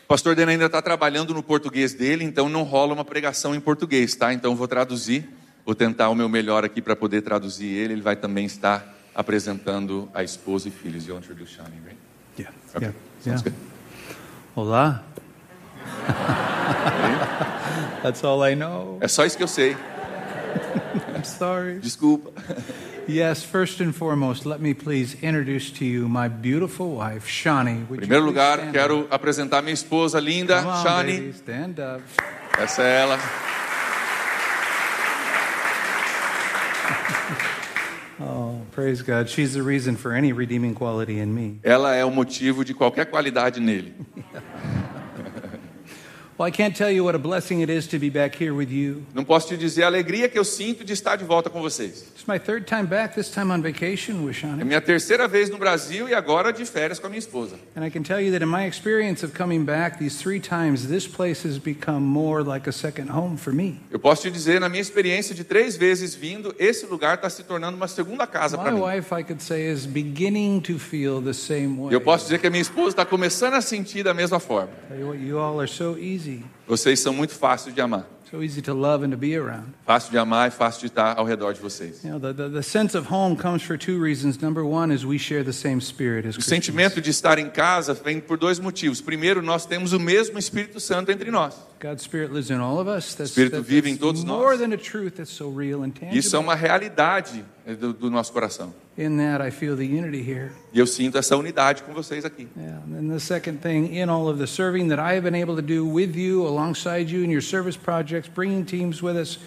O pastor Dan ainda está trabalhando no português dele, então não rola uma pregação em português, tá? Então eu vou traduzir, vou tentar o meu melhor aqui para poder traduzir ele. Ele vai também estar apresentando a esposa e filhos. You introduce Shani, right? Yeah. Okay. Yeah. Sounds good. Hola. That's all I know. É só isso que eu sei. I'm sorry. Desculpa. Yes, first and foremost, let me please introduce to you my beautiful wife, Shani. Em primeiro lugar, quero apresentar minha esposa linda, Come on, Shani. baby, stand up. Essa é ela. Oh, praise God. She's the reason for any redeeming quality in me. Ela é o motivo de qualquer qualidade nele. Well, I can't tell you what a blessing it is to be back here with you. Não posso te dizer a alegria que eu sinto de estar de volta com vocês. It's my third time back, this time on vacation with É Shani. minha terceira vez no Brasil e agora de férias com a minha esposa. And I can tell you that in my experience of coming back these 3 times, this place has become more like a second home for me. Eu posso te dizer, na minha experiência de 3 vezes vindo, esse lugar está se tornando uma segunda casa para My mim. wife, I could say, is beginning to feel the same way. Eu posso dizer que a minha esposa está começando a sentir da mesma forma. Tell you what, you all are so easy. Vocês são muito fáceis de amar. So easy to love and to be around. Fácil de amar e fácil de estar ao redor de vocês. You know, the sense of home comes for 2 reasons. Number one is we share the same spirit as O Christians. sentimento de estar em casa vem por 2 motivos. Primeiro, nós temos o mesmo Espírito Santo entre nós. God's Spirit lives in all of us. O Espírito vive em todos nós. More than a truth that's so real and tangible. Isso é uma realidade do nosso coração. In that, I feel the unity here. E eu sinto essa unidade com vocês aqui. Yeah. And the second thing, in all of the serving that I have been able to do with you, alongside you in your service projects, bringing teams with us,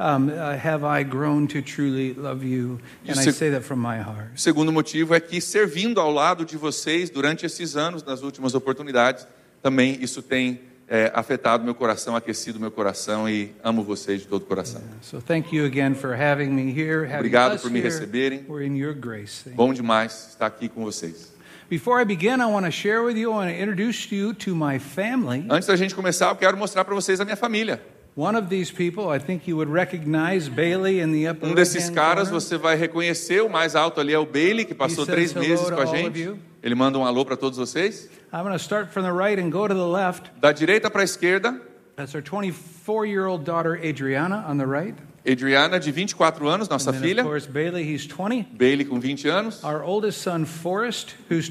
have I grown to truly love you. And I say that from my heart. O segundo motivo é que servindo ao lado de vocês durante esses anos, nas últimas oportunidades, também isso tem afetado meu coração, aquecido meu coração e amo vocês de todo o coração. So thank you again for having me here. Obrigado por me receberem. We're in your grace. Bom demais estar aqui com vocês. Before I begin, I want to share with you, I want to introduce you to my family. Antes da gente começar, eu quero mostrar para vocês a minha família. One of these people, I think you would recognize Bailey in the upper Desses right-hand caras corner. você vai reconhecer, o mais alto ali é o Bailey, que passou He says 3 meses hello com a to all of gente. you. Ele manda um alô para todos vocês. I'm going to start from the right and go to the left. Da direita para a esquerda, That's our 24-year-old daughter Adriana on the right. Adriana, de 24 anos, nossa And then, filha. of course, Bailey, he's 20. Bailey, com 20 anos. Our oldest son, Forrest, who's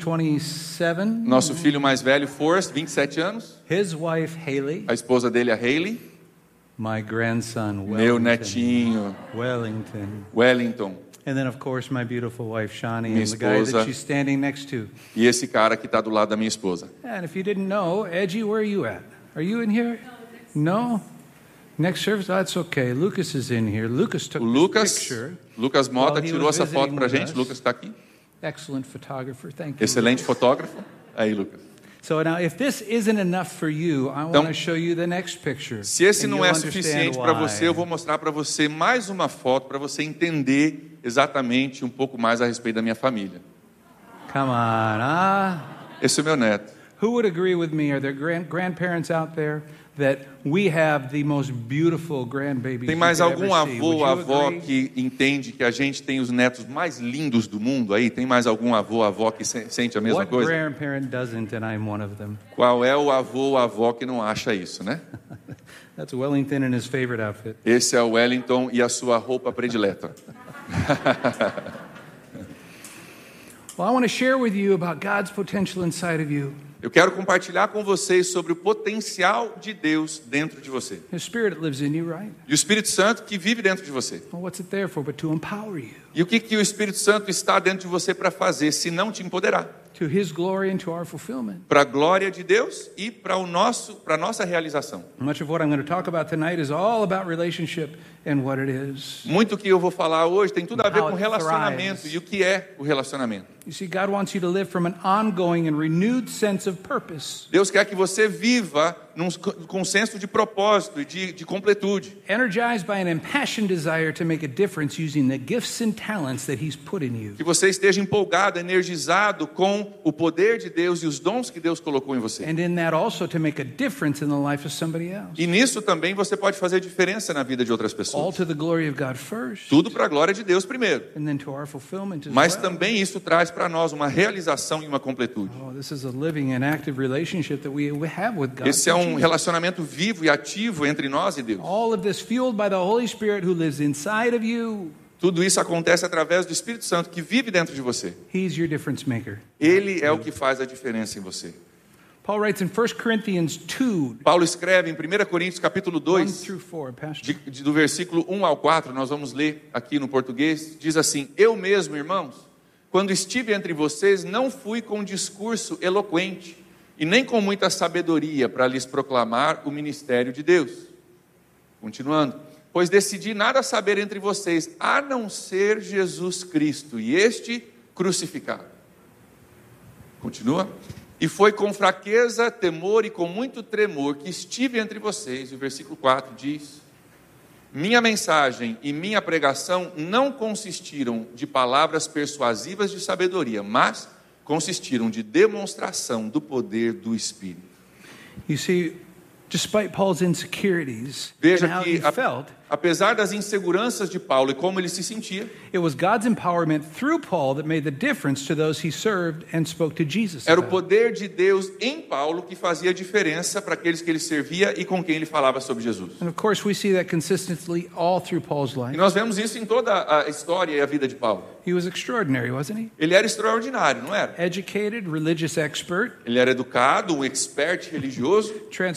27. Nosso filho mais velho, Forrest, 27 anos. His wife, Haley. A esposa dele, a Hailey. My grandson, Wellington. Meu netinho, Wellington. Wellington. And then, of course, my beautiful wife, Shani, Minha and the guy esposa. that she's standing next to. E esse cara que está do lado da minha esposa. And if you didn't know, Edgy, where are you at? Are you in here? No? Next service? That's okay. Lucas is in here. Lucas took O this picture. Lucas Mota while he tirou was essa foto visiting pra with gente. us. Lucas está aqui. Excellent photographer. Thank you. Excelente fotógrafo. Aí, Lucas. So now, if this isn't enough for you, I want to show you the next picture. Se esse and não you'll é understand suficiente para why. você, eu vou mostrar para você mais uma foto para você entender exatamente um pouco mais a respeito da minha família. Come on, Esse é o meu neto. Who would agree with me? Are there grandparents out there that we have the most beautiful grandbabies? Tem mais you could algum ever see? avô, Would you avó agree? que entende que a gente tem os netos mais lindos do mundo aí? Tem mais algum avô, avó que sente a mesma What coisa? grandparent doesn't, and I'm one of them. Qual é o avô ou avó que não acha isso, né? That's Wellington in his favorite outfit. Esse é o Wellington e a sua roupa predileta. Well, I want to share with you about God's potential inside of you. Eu quero compartilhar com vocês sobre o potencial de Deus dentro de você. His Spirit lives in you, right? E o Espírito Santo que vive dentro de você. Well, what's it there for but to empower you? E o que o Espírito Santo está dentro de você para fazer, se não te empoderar? To His glory and to our fulfillment. Para a glória de Deus e para a nossa realização. Much of what I'm going to talk about tonight is all about relationship and what it is. Muito que eu vou falar hoje tem tudo a ver How com it relacionamento thrives. e o que é o relacionamento. You see, God wants you to live from an ongoing and renewed sense of purpose. Deus quer que você viva com um senso de propósito e de completude. Energized by an impassioned desire to make a difference using the gifts and talents that He's put in you. Que você esteja empolgado, energizado com o poder de Deus e os dons que Deus colocou em você. And in that also to make a difference in the life of somebody else. E nisso também você pode fazer diferença na vida de outras All pessoas. to the glory of God first. Tudo para a glória de Deus primeiro. And then to our fulfillment as Mas well. também isso traz para nós uma realização e uma completude. Oh, This is a living and active relationship that we have with God. Esse é um relacionamento vivo e ativo entre nós e Deus. All of this fueled by the Holy Spirit who lives inside of you. Tudo isso acontece através do Espírito Santo que vive dentro de você. He's your difference maker. Ele é o que faz a diferença em você. Paul writes in 1 Corinthians 2, Paulo escreve em 1 Coríntios capítulo 1 2, through 4, Pastor. do versículo 1 ao 4, nós vamos ler aqui no português, diz assim: Eu mesmo, irmãos, quando estive entre vocês, não fui com um discurso eloquente e nem com muita sabedoria para lhes proclamar o ministério de Deus. Continuando, pois decidi nada saber entre vocês, a não ser Jesus Cristo e este crucificado. Continua. E foi com fraqueza, temor e com muito tremor que estive entre vocês. E o versículo 4 diz: minha mensagem e minha pregação não consistiram de palavras persuasivas de sabedoria, mas consistiram de demonstração do poder do Espírito. You see, despite Paul's insecurities Veja and how he que, felt, apesar das inseguranças de Paulo e como ele se sentia, it was God's empowerment through Paul that made the difference to those he served and spoke to Jesus era o about. poder de Deus em Paulo que fazia diferença para aqueles que ele servia e com quem ele falava sobre Jesus. And of course, we see that consistently all through Paul's E life. nós vemos isso em toda a história e a vida de Paulo. He was extraordinary, wasn't he? Ele era extraordinário, não era? Educated, religious expert, Ele era educado, um expert religioso,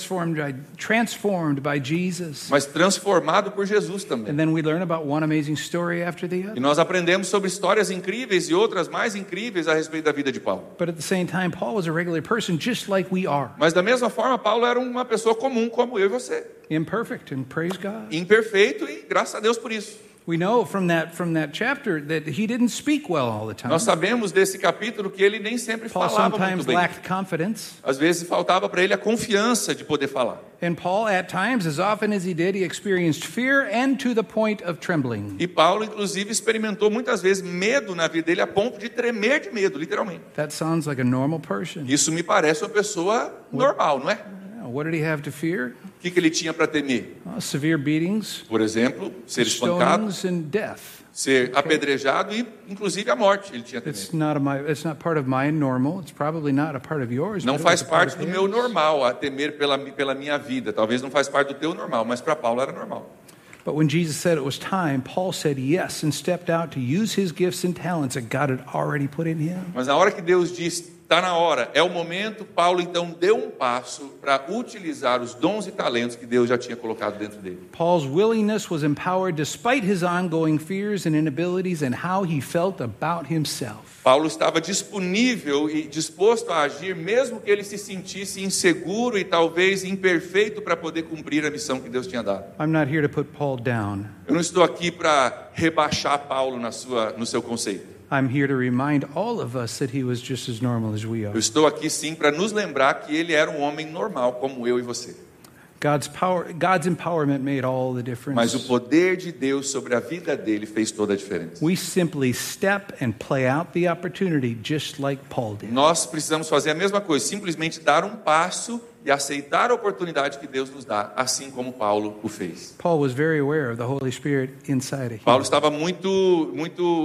transformed by Jesus. mas transformado por Jesus também. And then we learn about one amazing story after the E other. nós aprendemos sobre histórias incríveis e outras mais incríveis a respeito da vida de Paulo. But at the same time, Paul was a regular person just like we are. Mas da mesma forma, Paulo era uma pessoa comum como eu e você. Imperfect, and praise God. Imperfeito e graças a Deus por isso. We know from that chapter that he didn't speak well all the time. Nós sabemos desse capítulo que ele nem sempre Paul falava muito sometimes bem. lacked confidence. Às vezes faltava para ele a confiança de poder falar. And Paul, at times, as often as he did, he experienced fear and to the point of trembling. E Paulo, inclusive, experimentou muitas vezes medo na vida dele a ponto de tremer de medo, literalmente. That sounds like a normal person. Isso me parece uma pessoa normal, não é? What did he have to fear? O que ele tinha para temer? Severe beatings, Por exemplo, ser espancado, stonings, and death. ser apedrejado e, inclusive, a morte. Ele tinha temer. It's not part of my normal. It's probably not a part of yours. Não but it faz was a part parte of do meu his. normal a temer pela minha vida. Talvez não faz parte do teu normal, mas para Paulo era normal. But when Jesus said it was time, Paul said yes and stepped out to use his gifts and talents that God had already put in him. Mas na hora que Deus disse, está na hora, é o momento, Paulo então deu um passo para utilizar os dons e talentos que Deus já tinha colocado dentro dele. Paul's willingness was empowered despite his ongoing fears and inabilities and how he felt about himself. Paulo estava disponível e disposto a agir, mesmo que ele se sentisse inseguro e talvez imperfeito para poder cumprir a missão que Deus tinha dado. I'm not here to put Paul down. Eu não estou aqui para rebaixar Paulo no seu conceito. I'm here to remind all of us that he was just as normal as we are. Eu estou aqui sim para nos lembrar que ele era um homem normal como eu e você. God's empowerment made all the difference. Mas o poder de Deus sobre a vida dele fez toda a diferença. We simply step and play out the opportunity just like Paul did. Nós precisamos fazer a mesma coisa, simplesmente dar um passo e aceitar a oportunidade que Deus nos dá, assim como Paulo o fez. Paul was very aware of the Holy Spirit inside of him. Paulo estava muito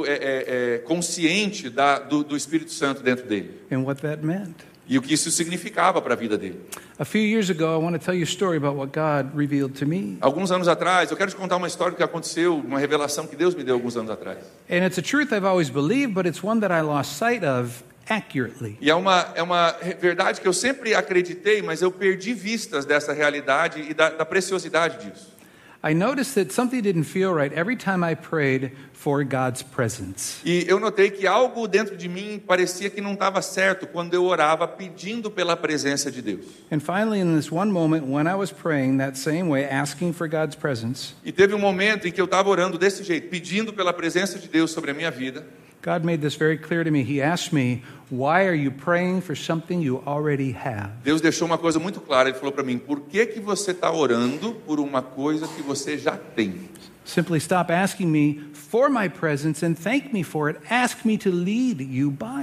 consciente do Espírito Santo dentro dele. And what that meant. E o que isso significava para a vida dele. A few years ago, I want to tell you a story about what God revealed to me. Alguns anos atrás, eu quero te contar uma história que aconteceu, uma revelação que Deus me deu alguns anos atrás. And it's a truth I've always believed, but it's one that I lost sight of accurately. E é uma verdade que eu sempre acreditei, mas eu perdi vistas dessa realidade e da preciosidade disso. I noticed that something didn't feel right every time I prayed for God's presence. E eu notei que algo dentro de mim parecia que não estava certo quando eu orava pedindo pela presença de Deus. And finally, in this one moment, when I was praying that same way, asking for God's presence, E teve um momento em que eu estava orando desse jeito, pedindo pela presença de Deus sobre a minha vida. God made this very clear to me. He asked me, why are you praying for something you already have? Deus deixou uma coisa muito clara, Ele falou para mim, por que você está orando por uma coisa que você já tem? Simply stop asking me for my presence and thank me for it. Ask me to lead you by it.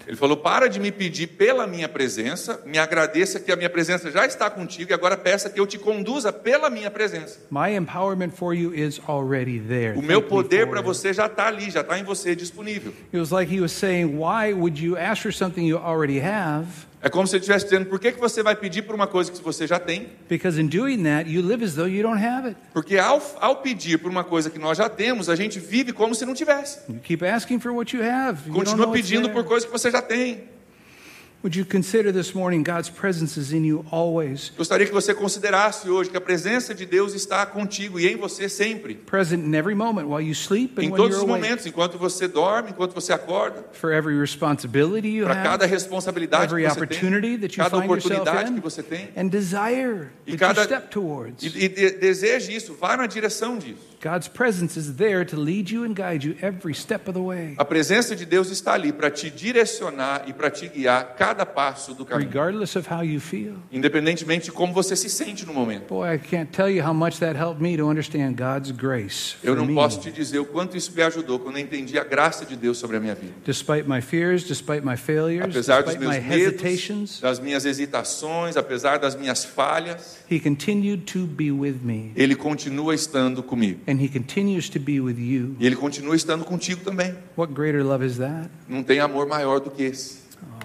Ele falou, para de me pedir pela minha presença, me agradeça que a minha presença já está contigo e agora peça que eu te conduza pela minha presença. My empowerment for you is already there. O meu Thank me poder for para it. você já está ali, já está em você disponível. It was like he was saying, why would you ask for something you already have? É como se ele estivesse dizendo, por que você vai pedir por uma coisa que você já tem? Because in doing that, you live as though you don't have it. Porque ao pedir por uma coisa que nós já temos, a gente vive como se não tivesse. You keep asking for what you have. You don't Continua know it's pedindo there. por coisa que você já tem. Would you consider this morning God's presence is in you always, Gostaria que você considerasse hoje que a presença de Deus está contigo e em você sempre. present in every moment while you sleep and Em when todos you're os awake, momentos, enquanto você dorme, enquanto você acorda, for every responsibility you para have, cada responsabilidade every que você tem, opportunity that you cada find yourself oportunidade in, que você tem, and desire E that cada- you step towards. e deseje isso, vá na direção disso. God's presence is there to lead you and guide you every step of the way, A presença de Deus está ali para te direcionar e para te guiar cada passo do caminho, regardless of how you feel. independentemente de como você se sente no momento. Boy, I can't tell you how much that helped me to understand God's grace Eu for não me. posso te dizer o quanto isso me ajudou quando eu entendi a graça de Deus sobre a minha vida. Despite my fears, despite my failures, Apesar dos despite my meus medos, hesitations, das minhas hesitações, apesar das minhas falhas, He continued to be with me. Ele continua estando comigo. And He continues to be with you. E Ele continua estando contigo também. What greater love is that? Não tem amor maior do que esse.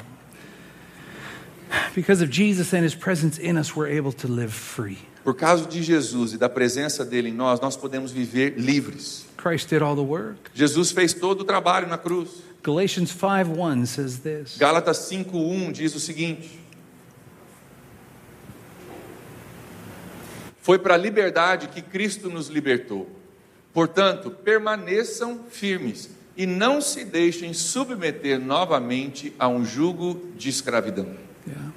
Because of Jesus and His presence in us, we're able to live free. Por causa de Jesus e da presença dele em nós, nós podemos viver livres. Christ did all the work. Jesus fez todo o trabalho na cruz. Galatians 5:1 says this. Gálatas 5:1 diz o seguinte: foi para a liberdade que Cristo nos libertou. Portanto, permaneçam firmes e não se deixem submeter novamente a um jugo de escravidão. Yeah.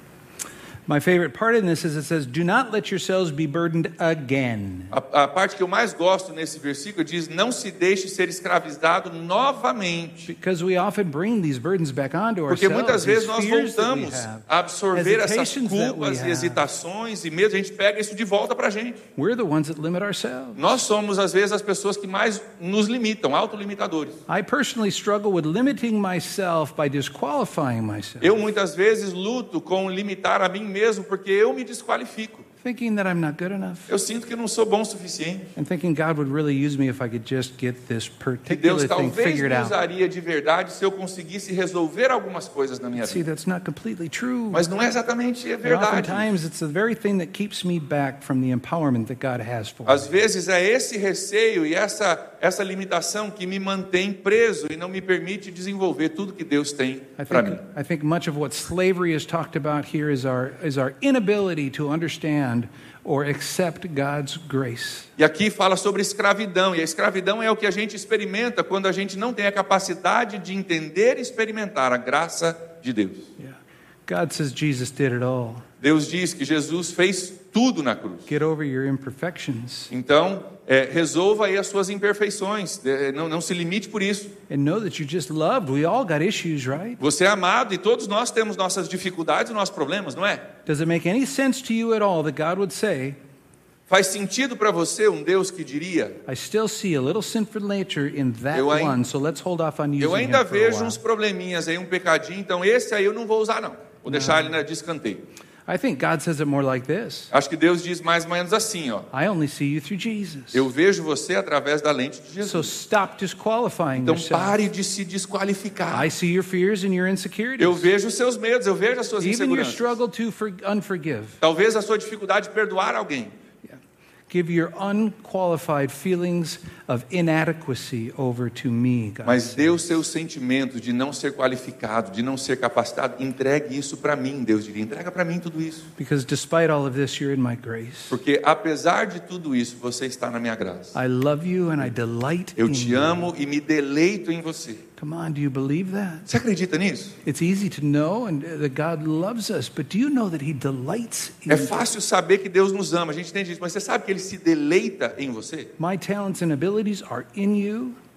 My favorite part in this is it says, "Do not let yourselves be burdened again." A parte que eu mais gosto nesse versículo diz: não se deixe ser escravizado novamente. Because we often bring these burdens back onto Porque ourselves. muitas vezes these nós fears that we voltamos have, a absorver essas hesitations that we culpas e have. hesitações e medos, a gente pega isso de volta para a gente. We're the ones that limit ourselves. Nós somos, às vezes, as pessoas que mais nos limitam, autolimitadores. I personally struggle with limiting myself by disqualifying myself, Eu, muitas vezes, luto com limitar a mim mesmo, porque eu me desqualifico. thinking that I'm not good enough, Eu sinto que não sou bom o suficiente. and thinking God would really use me if I could just get this Que Deus particular thing talvez figured me out. usaria de verdade se eu conseguisse resolver algumas coisas na minha See, vida. that's not completely true. Mas não é exatamente And verdade. oftentimes, it's the very thing that keeps me back from the empowerment that God has for Às me. vezes é esse receio e essa limitação que me mantém preso e não me permite desenvolver tudo que Deus tem para mim. I think much of what slavery is talked about here is our inability to understand or accept God's grace. E aqui fala sobre escravidão, e a escravidão é o que a gente experimenta quando a gente não tem a capacidade de entender e experimentar a graça de Deus. Yeah. God says Jesus did it all. Deus diz que Jesus fez tudo na cruz. Get over your imperfections Então, resolva aí as suas imperfeições, não se limite por isso. and know that you're just loved. We all got issues, right? Você é amado e todos nós temos nossas dificuldades e nossos problemas, não é? Does it make any sense to you at all that God would say, Faz sentido para você um Deus que diria: I still see a little sinful nature in that Eu ain- one, so let's hold off on using eu him ainda for a vejo while. uns probleminhas aí, um pecadinho, então esse aí eu não vou usar não. Vou deixar ele de escanteio. I think God says it more like this. Acho que Deus diz mais ou menos assim, ó: I only see you through Jesus. eu vejo você através da lente de So Jesus. stop disqualifying Então yourself. pare de se desqualificar. I see your fears and your insecurities. Eu vejo os seus medos, eu vejo as suas Even your inseguranças. struggle to unforgive. Talvez a sua dificuldade de perdoar alguém. Give your unqualified feelings of inadequacy over to me, God. Mas dê os seus sentimentos de não ser qualificado, de não ser capacitado. Entregue isso para mim, Deus diria. Entrega para mim tudo isso. Because despite all of this, you're in my grace. Porque apesar de tudo isso, você está na minha graça. I love you and I delight Eu in te you. amo e me deleito em você. Come on, do you believe that? Você acredita nisso? It's easy to know and that God loves us, but do you know that He delights in É fácil saber que Deus nos ama, a gente entende isso, mas você sabe que Ele se deleita em você? My talents and abilities are in you.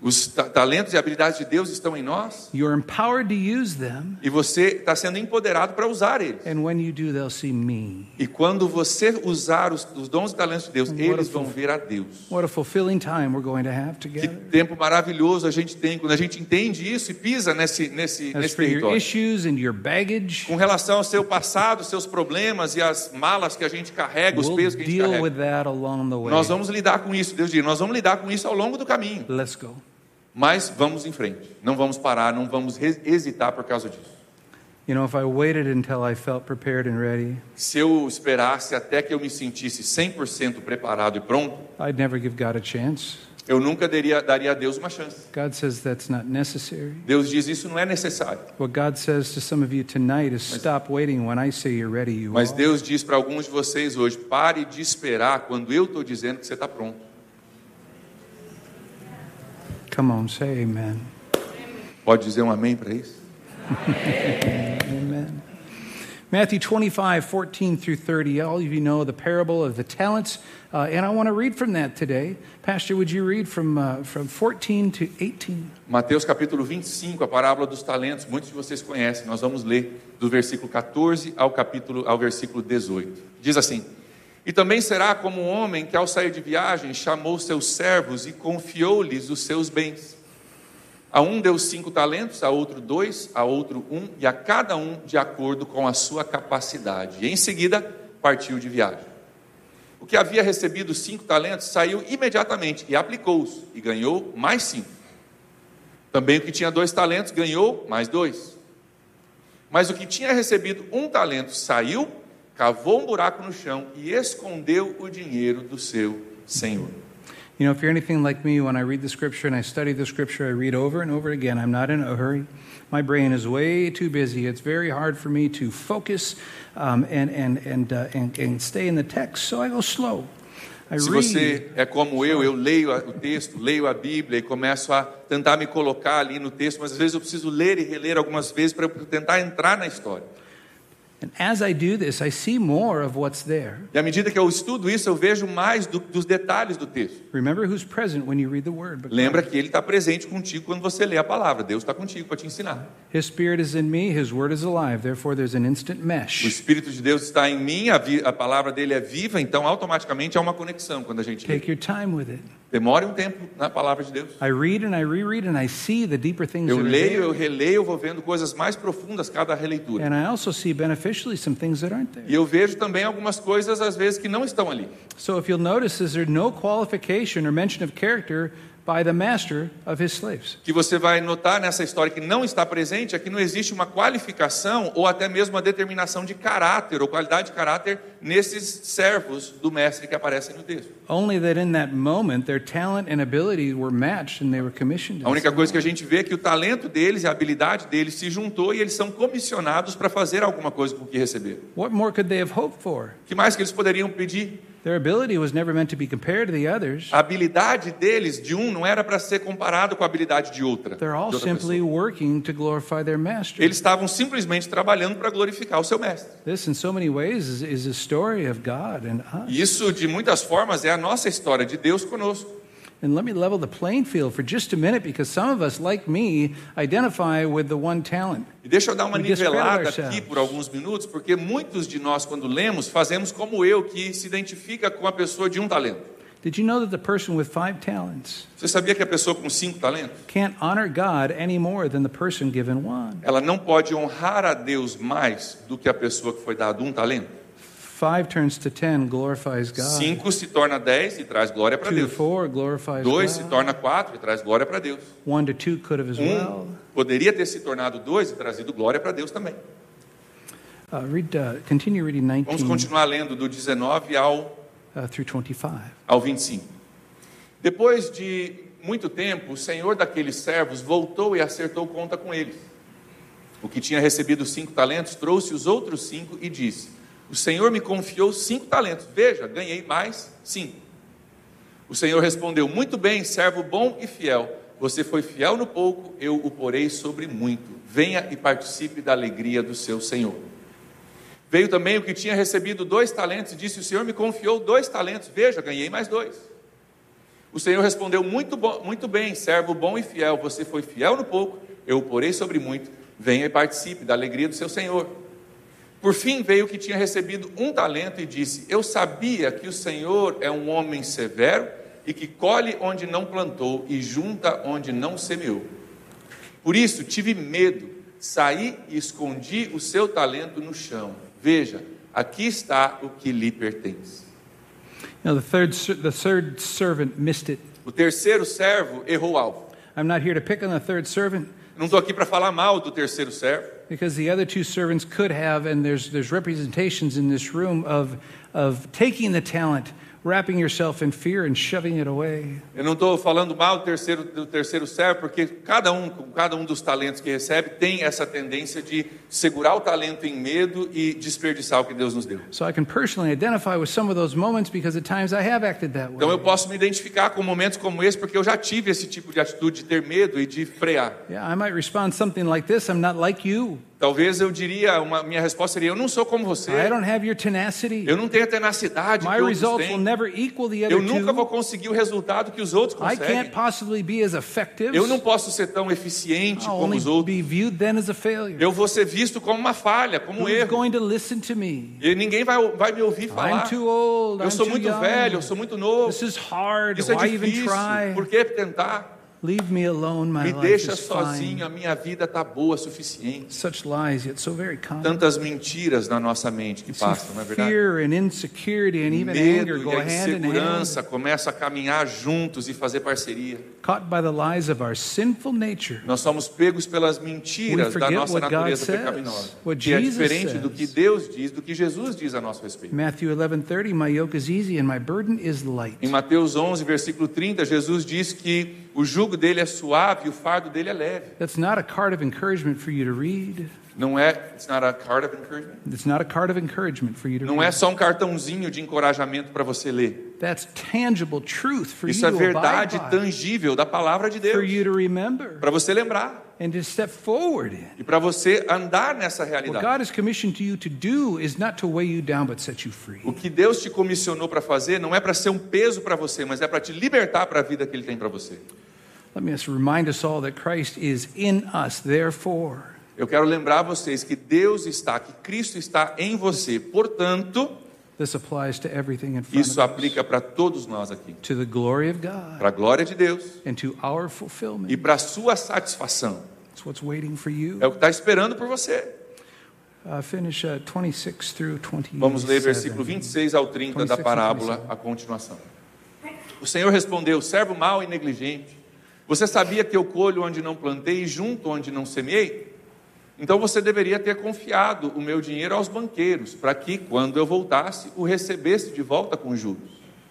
Os talentos e habilidades de Deus estão em nós. You're empowered to use them. E você está sendo empoderado para usar eles. And when you do, they'll see me. E quando você usar os dons e talentos de Deus, eles vão ver a Deus. What a fulfilling time we're going to have Que together. tempo maravilhoso a gente tem quando a gente entende isso e pisa nesse As for your território. issues and your baggage, Com relação ao seu passado, seus problemas e as malas que a gente carrega, os we'll pesos que a gente deal carrega. with that along the way. Nós vamos lidar com isso, Deus diz, nós vamos lidar com isso ao longo do caminho. Let's go. Mas vamos em frente, não vamos parar, não vamos hesitar por causa disso. You know, if I waited until I felt prepared and ready, Se eu esperasse até que eu me sentisse 100% preparado e pronto, I'd never give God a chance. eu nunca daria a Deus uma chance. God says that's not necessary. Deus diz, isso não é necessário. What God says to some of you tonight is stop waiting when I say you're ready, you Mas are. Deus diz para alguns de vocês hoje, pare de esperar quando eu estou dizendo que você está pronto. Come on, say amen. Pode dizer um amém para isso? Amen. Matthew 25:14 through 30. All of you know the parable of the talents, and I want to read from that today. Pastor, would you read from 14 to 18? Mateus capítulo 25, a parábola dos talentos, muitos de vocês conhecem. Nós vamos ler do versículo 14 ao versículo 18. Diz assim: E também será como um homem que ao sair de viagem chamou seus servos e confiou-lhes os seus bens. A um deu 5 talentos, a outro 2, a outro 1, e a cada um de acordo com a sua capacidade. E em seguida partiu de viagem. O que havia recebido 5 talentos saiu imediatamente e aplicou-os, e ganhou mais 5. Também o que tinha 2 talentos ganhou mais 2. Mas o que tinha recebido 1 talento saiu, cavou um buraco no chão e escondeu o dinheiro do seu senhor. You know, if you're anything like me, when I read the scripture and I study the scripture, I read over and over again. I'm not in a hurry. My brain is way too busy. It's very hard for me to focus and stay in the text, so I go slow. Se você é como eu leio o texto, leio a Bíblia e começo a tentar me colocar ali no texto, mas às vezes eu preciso ler e reler algumas vezes para tentar entrar na história. And as I do this, I see more of what's there. E à medida que eu estudo isso, eu vejo mais dos detalhes do texto. Remember who's present when you read the word. Lembra que Ele está presente contigo quando você lê a palavra. Deus está contigo para te ensinar. His Spirit is in me, His word is alive. Therefore, there's an instant O mesh. Espírito de Deus está em mim, a palavra dele é viva, então automaticamente há uma conexão quando a gente lê. Take your time with it. Demore um tempo na palavra de Deus. I read and I reread and I see the deeper things Eu that are leio, eu there. releio, eu vou vendo coisas mais profundas cada releitura. And I also see beneficially some things that aren't there. E eu vejo também algumas coisas, às vezes, que não estão ali. So if you'll notice, there's no qualification or mention of character by the master of his slaves. Que você vai notar nessa história que não está presente é que não existe uma qualificação ou até mesmo uma determinação de caráter ou qualidade de caráter nesses servos do mestre que aparecem no texto. Only that in that moment their talent and ability were matched and they were commissioned. A única coisa que a gente vê é que o talento deles e a habilidade deles se juntou e eles são comissionados para fazer alguma coisa com o que receberam. What more could they have hoped for? O que mais que eles poderiam pedir? Their ability was never meant to be compared to the others. A habilidade deles, de um, não era para ser comparado com a habilidade de outra. They're all simply pessoa. working to glorify their master. Eles estavam simplesmente trabalhando para glorificar o seu mestre. This, in so many ways, is a story of God and us. E isso, de muitas formas, é a nossa história de Deus conosco. And let me level the playing field for just a minute, because some of us, like me, identify with the one talent. E deixa eu dar uma We discredit nivelada ourselves. aqui por alguns minutos, porque muitos de nós, quando lemos, fazemos como eu, que se identifica com a pessoa de um talento. Did you know that the person with 5 talents Você sabia que a pessoa com 5 talentos, can't honor God any more than the person given 1? ela não pode honrar a Deus mais do que a pessoa que foi dado um talento? 5 turns to 10, glorifies God. 5 se torna 10 e traz glória para 2 to Deus. 4 glorifies 2 se God. torna 4 e traz glória para Deus. 1 to 2 could have as well. Poderia ter se tornado 2 e trazido glória para Deus também. Continue reading Vamos 19 continuar lendo do 19 through 25. ao 25. Depois de muito tempo, o senhor daqueles servos voltou e acertou conta com eles. O que tinha recebido 5 talentos trouxe os outros 5 e disse: o senhor me confiou 5 talentos. Veja, ganhei mais 5. O senhor respondeu: muito bem, servo bom e fiel. Você foi fiel no pouco, eu o porei sobre muito. Venha e participe da alegria do seu senhor. Veio também o que tinha recebido 2 talentos e disse: o senhor me confiou 2 talentos. Veja, ganhei mais 2. O Senhor respondeu: muito bem, servo bom e fiel, você foi fiel no pouco, eu o porei sobre muito, venha e participe da alegria do seu Senhor. Por fim veio o que tinha recebido 1 talento e disse: eu sabia que o Senhor é um homem severo e que colhe onde não plantou e junta onde não semeou. Por isso tive medo, saí e escondi o seu talento no chão. Veja, aqui está o que lhe pertence. Now the third servant missed it. O terceiro servo errou o alvo. I'm not here to pick on the third servant. Não estou aqui para falar mal do terceiro servo. Because the other two servants could have, and there's representations in this room of taking the talent, wrapping yourself in fear and shoving it away. Eu não estou falando mal do terceiro servo, porque cada um dos talentos que recebe tem essa tendência de segurar o talento em medo e desperdiçar o que Deus nos deu. So I can personally identify with some of those moments because at times I have acted that way. Então eu posso me identificar com momentos como esse, porque eu já tive esse tipo de atitude de ter medo e de frear. Yeah, I might respond something like this: I'm not like you. Talvez eu diria, minha resposta seria: eu não sou como você. I don't have your tenacity. Eu não tenho a tenacidade My que outros results will têm. never equal the other Eu nunca two. vou conseguir o resultado que os outros I conseguem. can't possibly be as effective. Eu não posso ser tão eficiente I'll como only os outros. be viewed then as a failure. Eu vou ser visto como uma falha, como um Who's erro. going to listen to me? E ninguém vai me ouvir falar. I'm too old. Eu I'm sou too muito young. velho, eu sou muito novo. This is hard. Isso é Why even difícil. try? Por que tentar? Leave me alone. My Me life deixa is sozinho, fine. a minha vida está boa o suficiente. Such lies, yet so very common. Tantas mentiras na nossa mente que passam, não é verdade? Fear and insecurity and even anger Medo go e a hand in hand. insegurança começam a caminhar juntos e fazer parceria. Caught by the lies of our sinful nature. Nós somos pegos pelas mentiras We da forget nossa what God natureza says, pecaminosa, what que é Jesus diferente do que says. Deus diz, do que Jesus diz a nosso respeito. Matthew 11:30, my yoke is easy and my burden is light. Em Mateus 11, versículo 30, Jesus diz que o jugo dele é suave e o fardo dele é leve. That's not a card of encouragement for you to read. Não é, it's not a card of encouragement. It's not a card of encouragement for you to Não read. é só um cartãozinho de encorajamento para você ler. That's tangible truth for Isso you é to verdade abide by, tangível da palavra de for Deus, you to remember para você lembrar and to step forward in. e para você andar nessa What realidade. God has commissioned to you to do is not to weigh you down but set you free. O que Deus te comissionou para fazer não é para ser um peso para você, mas é para te libertar para a vida que Ele tem para você. Let me just remind us all that Christ is in us, therefore. Eu quero lembrar vocês que Deus está, que Cristo está em você. Portanto, This applies to everything in front isso of us. aplica para todos nós aqui. To the glory of God Para a glória de Deus and to our e fulfillment. para a sua satisfação. That's what's waiting for you. É o que está esperando por você. Finish 26 through 27. Vamos ler versículo 26 ao 30 da 26 ao parábola, 27. a continuação. O Senhor respondeu: servo mau e negligente, você sabia que eu colho onde não plantei e junto onde não semeei? Então você deveria ter confiado o meu dinheiro aos banqueiros, para que, quando eu voltasse, o recebesse de volta com juros.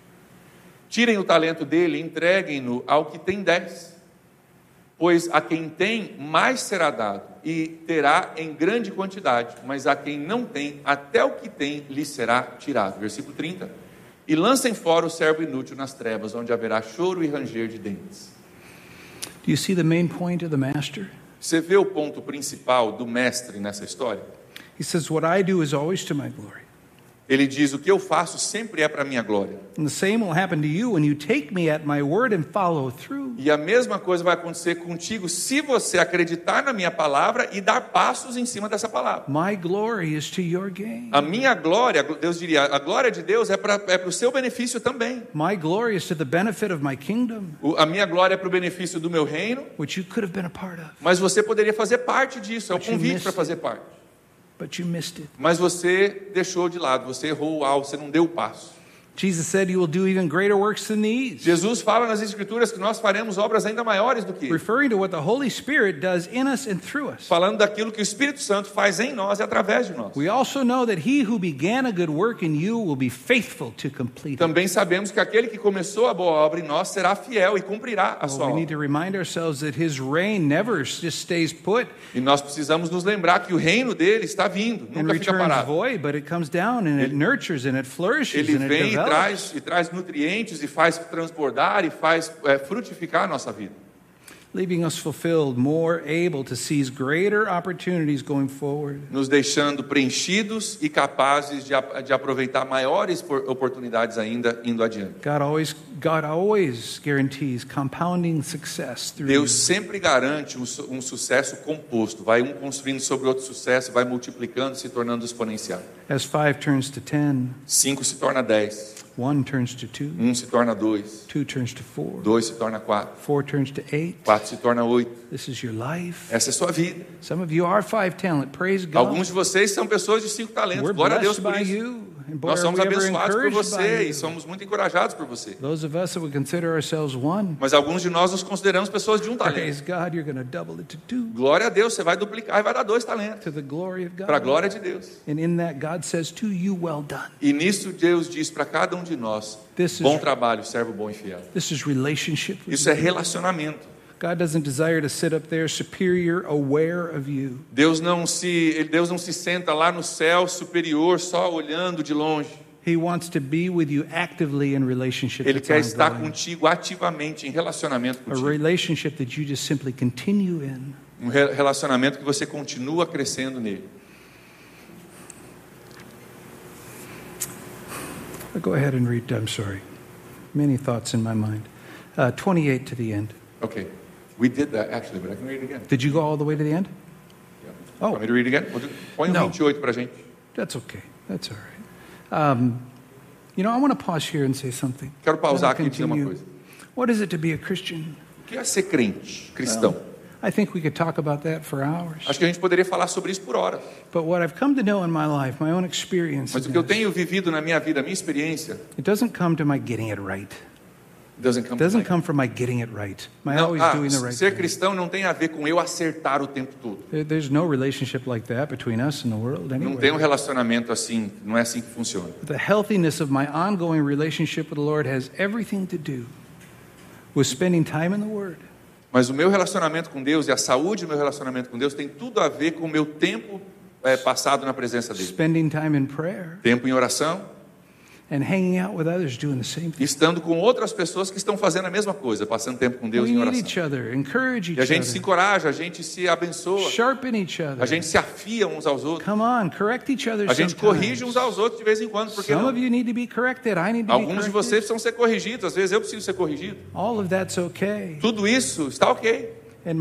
Tirem o talento dele e entreguem-no ao que tem 10. Pois a quem tem, mais será dado, e terá em grande quantidade, mas a quem não tem, até o que tem lhe será tirado. Versículo 30. E lancem fora o servo inútil nas trevas, onde haverá choro e ranger de dentes. Do you see the main point of the master? Você vê o ponto principal do mestre nessa história? He says, what I do is always to my glory. Ele diz: o que eu faço sempre é para a minha glória. And the same will happen to you when you take me at my word and follow through. E a mesma coisa vai acontecer contigo se você acreditar na minha palavra e dar passos em cima dessa palavra. My glory is to your gain. A minha glória, Deus diria, a glória de Deus é para o seu benefício também. My glory is to the benefit of my kingdom, A minha glória é para o benefício do meu reino, which you could have been a part of, mas você poderia fazer parte disso, é o But you convite missed para fazer parte. but you missed it. Mas você deixou de lado, você errou o alvo, você não deu o passo. Jesus said you will do even greater works than these. Jesus fala nas Escrituras que nós faremos obras ainda maiores do que ele. Referring to what the Holy Spirit does in us and through us. Falando daquilo que o Espírito Santo faz em nós e através de nós. We also know that he who began a good work in you will be faithful to complete it. Também sabemos que aquele que começou a boa obra em nós será fiel e cumprirá a sua We need obra. to remind ourselves that his reign never just stays put E nós precisamos nos lembrar que o reino dele está vindo, and nunca fica returns parado. void, but it comes down and it nurtures and it flourishes Ele and it vem develops. e traz nutrientes e faz transbordar e faz frutificar a nossa vida. leaving us fulfilled, more able to seize greater opportunities going forward. Nos deixando preenchidos e capazes de aproveitar maiores oportunidades ainda indo adiante. God always guarantees compounding success through Deus you. sempre garante um sucesso composto. Vai um construindo sobre outro sucesso, vai multiplicando, se tornando exponencial. As 5 turns to 10, 5 se torna 10. 1 turns to 2, 1 se torna 2. 2 turns to 4, 2 se torna 4. 4 turns to 8. 4 se torna 8. This is your life. Essa é a sua vida. Some of you are 5 talent. Praise God. Alguns de vocês são pessoas de 5 talentos. We're Glória a Deus blessed por by isso. you. And boy, Nós are somos we ever abençoados por encouraged by você you. e somos muito encorajados por você. Those of us that would consider ourselves 1, Mas alguns de nós nos consideramos pessoas de 1 talento. praise God, you're going to double it to 2, Glória a Deus, você vai duplicar e vai dar 2 talentos. to the glory of Para a God. glória de Deus. And in that, God says to you, well done. E nisso Deus diz para cada um de nós: This is, bom trabalho, servo bom e fiel. this is relationship with Isso é you. relacionamento. God doesn't desire to sit up there superior, aware of you. Deus não se senta lá no céu superior só olhando de longe. He wants to be with you actively in relationship. Ele that's quer estar ongoing. contigo ativamente em relacionamento A contigo. relationship that you just simply continue in. Um relacionamento que você continua crescendo nele. I'll go ahead and read. I'm sorry. Many thoughts in my mind. 28 to the end. Okay. We did that actually, but I can read it again. Did you go all the way to the end? Yeah. Oh. Want me to read it again? Põe o No. 28 para a gente. That's okay. That's all right. I want to pause here and say something. Quero pausar Then aqui e dizer uma continue. coisa. What is it to be a Christian? O que é ser crente, cristão? I think we could talk about that for hours. Acho que a gente poderia falar sobre isso por horas. But what I've come to know in my life, my own experience, Mas is o que eu this. tenho vivido na minha vida, a minha experiência, It doesn't come to my getting it right. doesn't come It doesn't come from my getting it right. My Não, always doing the right ser thing. cristão não tem a ver com eu acertar o tempo todo. There's no relationship like that between us and the world Não anyway. tem um relacionamento assim, não é assim que funciona. The healthiness of my ongoing relationship with the Lord has everything to do with spending time in the Word. Mas o meu relacionamento com Deus e a saúde do meu relacionamento com Deus tem tudo a ver com o meu tempo passado na presença dele. Spending time in prayer Tempo em oração, and hanging out with others doing the same thing. estando com outras pessoas que estão fazendo a mesma coisa, passando tempo com Deus We em need oração. each other, encourage E a each gente se other, encoraja, a gente se abençoa, sharpen each other. a gente se afia uns aos outros, Come on, correct each other a gente corrige sometimes. uns aos outros de vez em quando, porque Some não? of you need to be corrected. I need to be Alguns de corrected. vocês precisam ser corrigidos, às vezes eu preciso ser corrigido. All of that's okay. Tudo isso está ok. And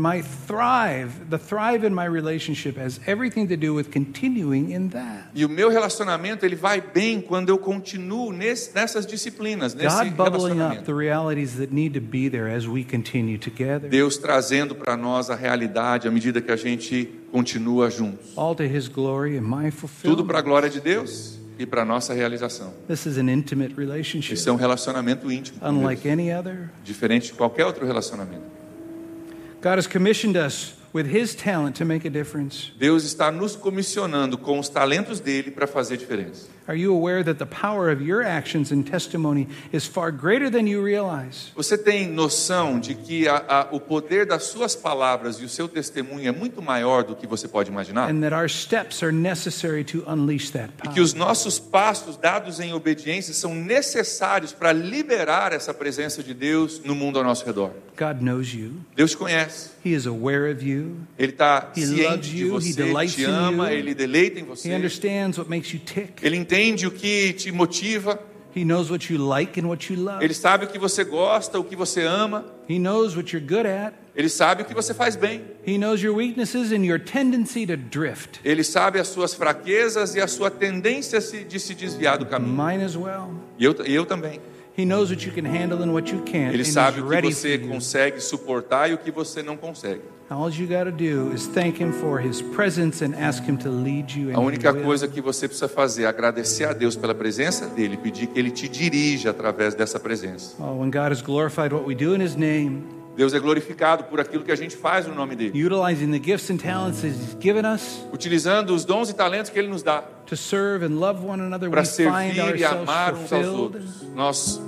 the thrive in my relationship has everything to do with continuing in that. E o meu relacionamento, ele vai bem quando eu continuo nessas disciplinas, nesse God bubbling up relacionamento. the realities that need to be there as we continue together. Deus trazendo para nós a realidade à medida que a gente continua juntos. All to His glory and my Tudo para a fulfillment. glória de Deus e para a nossa realização. This is an intimate relationship, Esse é um relacionamento íntimo com unlike Deus, any other. diferente de qualquer outro relacionamento. God has commissioned us with His talent to make a difference. Deus está nos comissionando com os talentos dele para fazer diferença. Are you aware that the power of your actions and testimony is far greater than you realize? Você tem noção de que o poder das suas palavras e o seu testemunho é muito maior do que você pode imaginar? And that our steps are necessary to unleash that E power. que os nossos passos dados em obediência são necessários para liberar essa presença de Deus no mundo ao nosso redor. God knows you. Deus te conhece. He is aware of you. Ele está He ciente loves de you, he você, delights te in ama, you. Ele deleita em He você. understands what makes you tick. Ele entende o que te motiva. He knows what you like and what you love. Ele sabe o que você gosta, o que você ama. He knows what you're good at. Ele sabe o que você faz bem. He knows your weaknesses and your tendency to drift. Ele sabe as suas fraquezas e a sua tendência de se desviar do caminho. Mine as well. E eu também. He knows what you can handle and what you can't. Ele and sabe he's o que ready você for you. consegue suportar e o que você não consegue. All you got to do is thank Him for His presence and ask Him to lead you. A And única He will. coisa que você precisa fazer é agradecer a Deus pela presença dele, pedir que ele te dirija através dessa presença. Oh, when God has glorified what we do in His name, Deus é glorificado por aquilo que a gente faz no nome dele, utilizing the gifts and talents that He's given us utilizando os dons e talentos que ele nos dá to serve and love one another, para we find servir e ourselves amar uns aos fulfilled. outros. Nós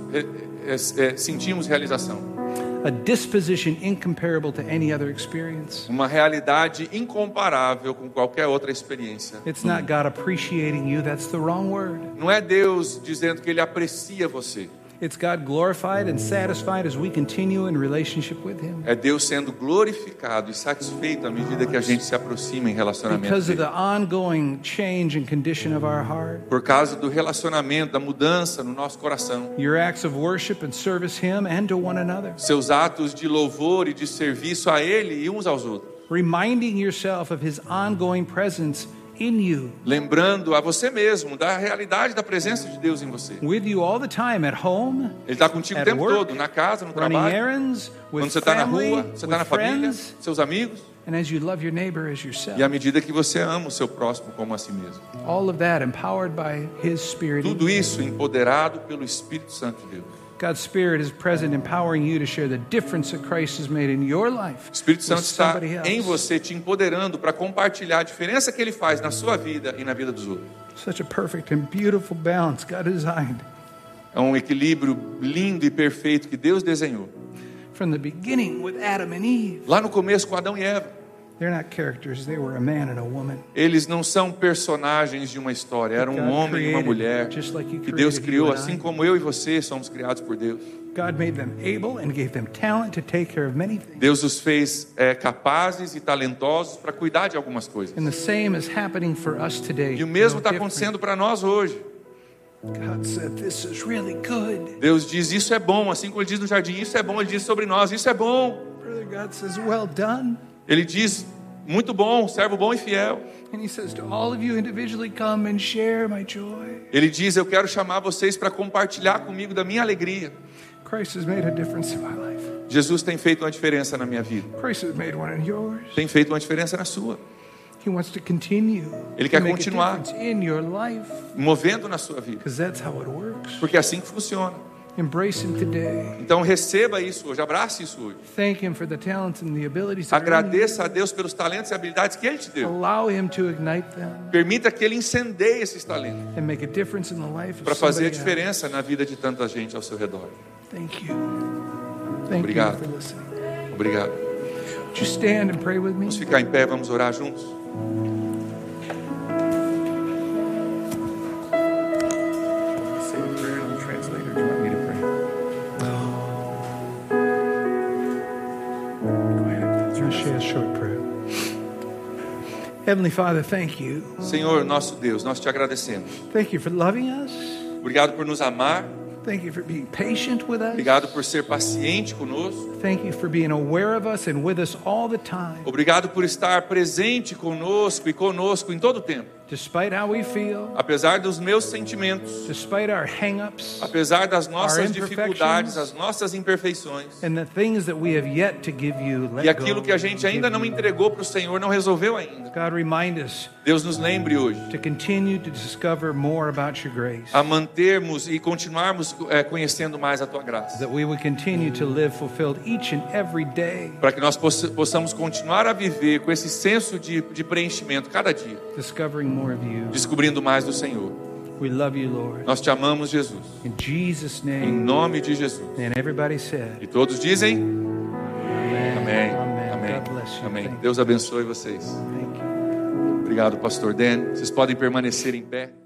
sentimos realização, A disposition incomparable to any other experience. uma realidade incomparável com qualquer outra experiência. It's not God appreciating you, that's the wrong word. Não é Deus dizendo que ele aprecia você. It's God glorified and satisfied as we continue in relationship with Him. É Deus sendo glorificado e satisfeito à medida que a gente se aproxima em relacionamento Because of dele. the ongoing change and condition of our heart. Por causa do relacionamento, da mudança no nosso coração. Your acts of worship and service Him and to one another. Seus atos de louvor e de serviço a Ele e uns aos outros. Reminding yourself of His ongoing presence in you. Lembrando a você mesmo da realidade da presença de Deus em você. With you all the time, at home, Ele está contigo o at tempo work, todo, na casa, no running trabalho, errands, quando with você está na family, rua, você está with na família, friends, seus amigos, and as you love your neighbor as yourself. e à medida que você ama o seu próximo como a si mesmo. All of that empowered by His Spirit. Tudo isso empoderado pelo Espírito Santo de Deus. God's Spirit is present, empowering you to share the difference that Christ has made in your life. O Espírito Santo with está somebody else. em você, te empoderando para compartilhar a diferença que Ele faz na sua vida e na vida dos outros. Such a perfect and beautiful balance God designed. É um equilíbrio lindo e perfeito que Deus desenhou. From the beginning with Adam and Eve. Lá no começo com Adão e Eva. They're not characters, they were a man and a woman. Eles não são personagens de uma história, eram um homem e uma mulher que Deus criou, assim como eu e você somos criados por Deus. God made them able and gave them talent to take care of many things. Deus os fez capazes e talentosos para cuidar de algumas coisas. And the same is happening for us today. E o mesmo No está different. acontecendo para nós hoje. God said, "This is really good." Deus diz, isso é bom, assim como Ele diz no jardim, isso é bom, Ele diz sobre nós, isso é bom. Brother, God says, "Well done." Ele diz, muito bom, servo bom e fiel. And He says to all of you individually, "Come and share my joy." Ele diz, eu quero chamar vocês para compartilhar comigo da minha alegria. Christ has made a difference in my life. Jesus tem feito uma diferença na minha vida. Christ has made one in yours. Tem feito uma diferença na sua. He wants to continue. Ele quer to make continuar. a difference in your life, Movendo na sua vida. because that's how it works. Porque é assim que funciona. Embrace Him today. Então receba isso hoje, abrace isso hoje. Thank Him for the talents and the abilities that are in Agradeça a Deus pelos talentos e habilidades que Ele te you. deu. Allow Him to ignite them Permita que Ele incendeie esses talentos and make a difference in the life para of fazer a somebody else. diferença na vida de tanta gente ao seu redor. Thank you. Thank Obrigado. you for listening. Obrigado. Would you stand and pray with me? Vamos ficar em pé, vamos orar juntos. Say the prayer and I'll translate, or do you want me to pray? Go ahead. I'll share a short prayer. Heavenly Father, thank you. Senhor, nosso Deus, nós te agradecemos. Thank you for loving us. Obrigado por nos amar. Thank you for being patient with us. Obrigado por ser paciente conosco. Thank you for being aware of us and with us all the time. Obrigado por estar presente conosco e conosco em todo o tempo. Despite how we feel, Apesar dos meus sentimentos, despite our hang-ups apesar das nossas Our dificuldades, imperfections. as nossas imperfeições, and the things that we have yet to give you, let e aquilo go que a gente ainda não entregou para o Senhor, não resolveu ainda. God, remind us Deus nos lembre hoje to continue to discover more about your grace, a mantermos e continuarmos conhecendo mais a Tua graça, that we would continue to live fulfilled each and every day, para que nós possamos continuar a viver com esse senso de preenchimento cada dia, discovering more of you. descobrindo mais do Senhor. We love you, Lord. Nós te amamos, Jesus, In Jesus' em name. nome de Jesus. And everybody said, E todos dizem Amen. amém, Amen. amém, God bless you. amém. Thank you. Deus abençoe vocês. Thank you. Obrigado, pastor Dan. Vocês podem permanecer em pé.